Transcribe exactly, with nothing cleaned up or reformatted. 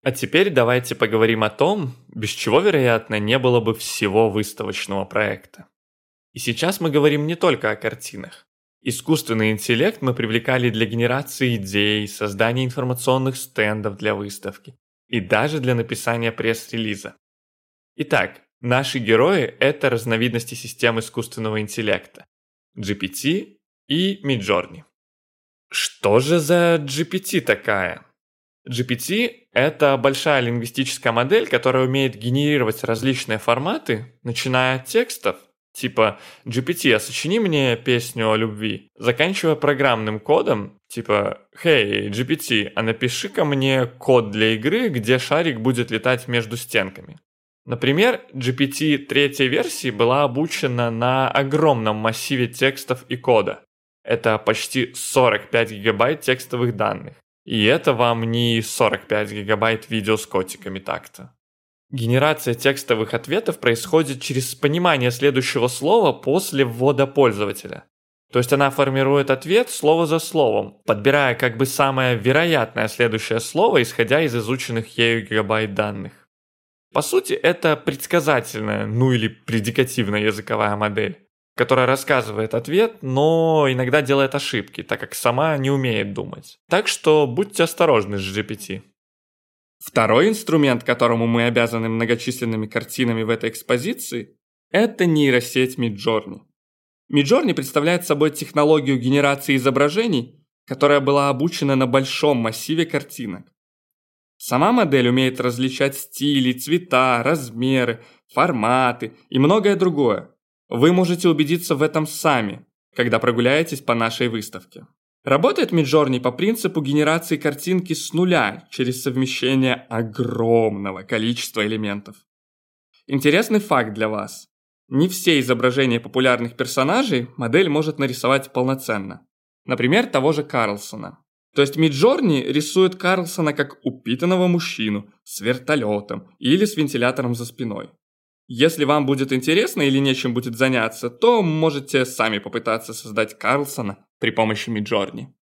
А теперь давайте поговорим о том, без чего, вероятно, не было бы всего выставочного проекта. И сейчас мы говорим не только о картинах. Искусственный интеллект мы привлекали для генерации идей, создания информационных стендов для выставки и даже для написания пресс-релиза. Итак, наши герои – это разновидности систем искусственного интеллекта – джи пи ти и Midjourney. Что же за джи пи ти такая? джи пи ти – это большая лингвистическая модель, которая умеет генерировать различные форматы, начиная от текстов, типа джи пи ти, а сочини мне песню о любви, заканчивая программным кодом, типа «Хей, джи пи ти, а напиши-ка мне код для игры, где шарик будет летать между стенками». Например, джи пи ти третьей версии была обучена на огромном массиве текстов и кода. Это почти сорок пять гигабайт текстовых данных. И это вам не сорок пять гигабайт видео с котиками так-то. Генерация текстовых ответов происходит через понимание следующего слова после ввода пользователя. То есть она формирует ответ слово за словом, подбирая как бы самое вероятное следующее слово, исходя из изученных ею гигабайт данных. По сути, это предсказательная, ну или предикативная языковая модель, которая рассказывает ответ, но иногда делает ошибки, так как сама не умеет думать. Так что будьте осторожны с джи пи ти. Второй инструмент, которому мы обязаны многочисленными картинами в этой экспозиции, это нейросеть Midjourney. Midjourney представляет собой технологию генерации изображений, которая была обучена на большом массиве картинок. Сама модель умеет различать стили, цвета, размеры, форматы и многое другое. Вы можете убедиться в этом сами, когда прогуляетесь по нашей выставке. Работает Midjourney по принципу генерации картинки с нуля через совмещение огромного количества элементов. Интересный факт для вас. Не все изображения популярных персонажей модель может нарисовать полноценно. Например, того же Карлсона. То есть Midjourney рисует Карлсона как упитанного мужчину с вертолетом или с вентилятором за спиной. Если вам будет интересно или нечем будет заняться, то можете сами попытаться создать Карлсона при помощи Midjourney.